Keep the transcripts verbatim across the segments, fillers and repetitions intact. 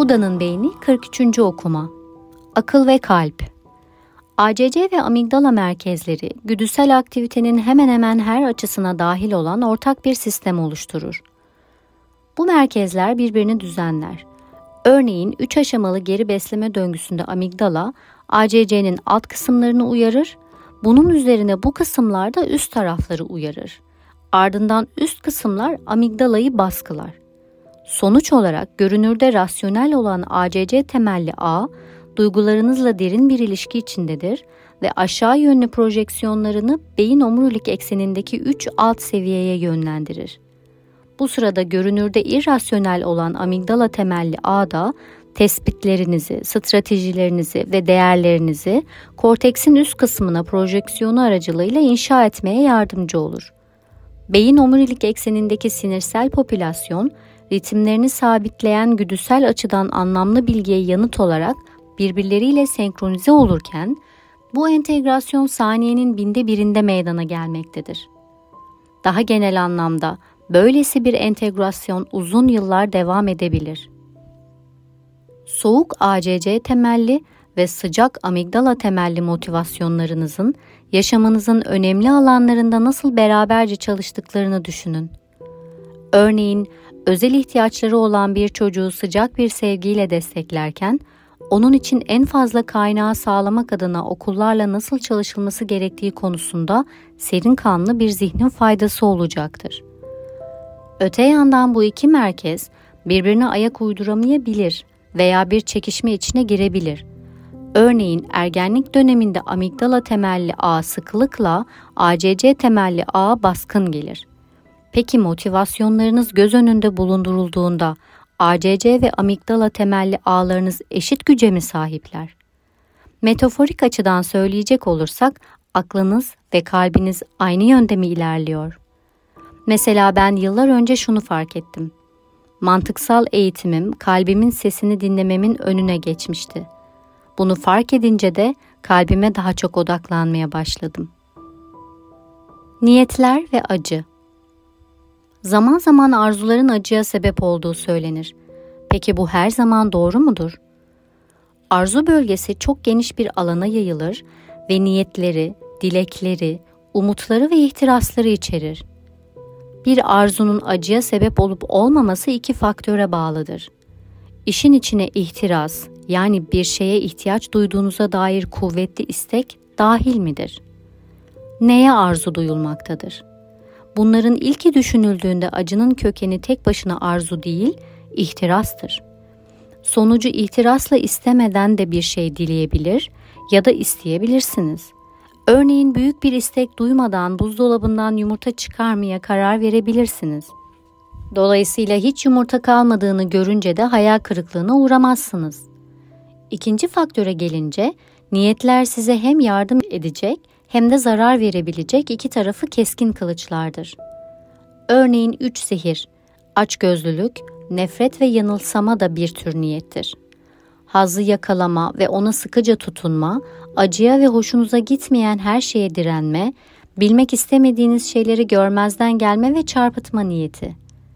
Buda'nın beyni kırk üçüncü okuma. Akıl ve kalp. A C C ve amigdala merkezleri, güdüsel aktivitenin hemen hemen her açısına dahil olan ortak bir sistem oluşturur. Bu merkezler birbirini düzenler. Örneğin üç aşamalı geri besleme döngüsünde amigdala, A C C'nin alt kısımlarını uyarır, bunun üzerine bu kısımlar da üst tarafları uyarır. Ardından üst kısımlar amigdalayı baskılar. Sonuç olarak görünürde rasyonel olan A C C temelli ağ, duygularınızla derin bir ilişki içindedir ve aşağı yönlü projeksiyonlarını beyin omurilik eksenindeki üç alt seviyeye yönlendirir. Bu sırada görünürde irrasyonel olan amigdala temelli ağ da tespitlerinizi, stratejilerinizi ve değerlerinizi korteksin üst kısmına projeksiyonu aracılığıyla inşa etmeye yardımcı olur. Beyin omurilik eksenindeki sinirsel popülasyon, ritimlerini sabitleyen güdüsel açıdan anlamlı bilgiye yanıt olarak birbirleriyle senkronize olurken, bu entegrasyon saniyenin binde birinde meydana gelmektedir. Daha genel anlamda böylesi bir entegrasyon uzun yıllar devam edebilir. Soğuk A C C temelli ve sıcak amigdala temelli motivasyonlarınızın yaşamınızın önemli alanlarında nasıl beraberce çalıştıklarını düşünün. Örneğin, özel ihtiyaçları olan bir çocuğu sıcak bir sevgiyle desteklerken, onun için en fazla kaynağı sağlamak adına okullarla nasıl çalışılması gerektiği konusunda serin kanlı bir zihnin faydası olacaktır. Öte yandan bu iki merkez birbirine ayak uyduramayabilir veya bir çekişme içine girebilir. Örneğin ergenlik döneminde amigdala temelli ağ sıklıkla A C C temelli ağ baskın gelir. Peki motivasyonlarınız göz önünde bulundurulduğunda A C C ve amigdala temelli ağlarınız eşit güce mi sahipler? Metaforik açıdan söyleyecek olursak aklınız ve kalbiniz aynı yönde mi ilerliyor? Mesela ben yıllar önce şunu fark ettim. Mantıksal eğitimim kalbimin sesini dinlememin önüne geçmişti. Bunu fark edince de kalbime daha çok odaklanmaya başladım. Niyetler ve acı. Zaman zaman arzuların acıya sebep olduğu söylenir. Peki bu her zaman doğru mudur? Arzu bölgesi çok geniş bir alana yayılır ve niyetleri, dilekleri, umutları ve ihtirasları içerir. Bir arzunun acıya sebep olup olmaması iki faktöre bağlıdır. İşin içine ihtiras, yani bir şeye ihtiyaç duyduğunuza dair kuvvetli istek dahil midir? Neye arzu duyulmaktadır? Bunların ilki düşünüldüğünde acının kökeni tek başına arzu değil, ihtirastır. Sonucu ihtirasla istemeden de bir şey dileyebilir ya da isteyebilirsiniz. Örneğin büyük bir istek duymadan buzdolabından yumurta çıkarmaya karar verebilirsiniz. Dolayısıyla hiç yumurta kalmadığını görünce de hayal kırıklığına uğramazsınız. İkinci faktöre gelince, niyetler size hem yardım edecek hem de zarar verebilecek iki tarafı keskin kılıçlardır. Örneğin üç zehir, açgözlülük, nefret ve yanılsama da bir tür niyettir. Hazzı yakalama ve ona sıkıca tutunma, acıya ve hoşunuza gitmeyen her şeye direnme, bilmek istemediğiniz şeyleri görmezden gelme ve çarpıtma niyeti.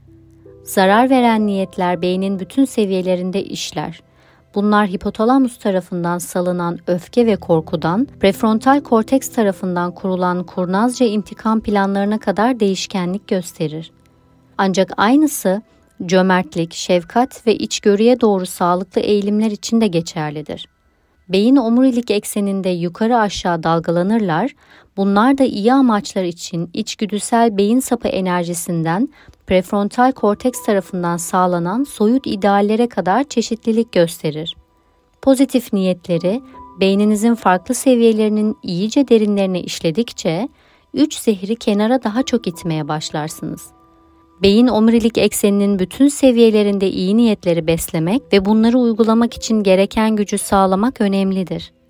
Zarar veren niyetler beynin bütün seviyelerinde işler. Bunlar hipotalamus tarafından salınan öfke ve korkudan, prefrontal korteks tarafından kurulan kurnazca intikam planlarına kadar değişkenlik gösterir. Ancak aynısı, cömertlik, şefkat ve içgörüye doğru sağlıklı eğilimler için de geçerlidir. Beyin omurilik ekseninde yukarı aşağı dalgalanırlar, bunlar da iyi amaçlar için içgüdüsel beyin sapı enerjisinden prefrontal korteks tarafından sağlanan soyut ideallere kadar çeşitlilik gösterir. Pozitif niyetleri, beyninizin farklı seviyelerinin iyice derinlerine işledikçe, üç zehri kenara daha çok itmeye başlarsınız. Beyin omurilik ekseninin bütün seviyelerinde iyi niyetleri beslemek ve bunları uygulamak için gereken gücü sağlamak önemlidir.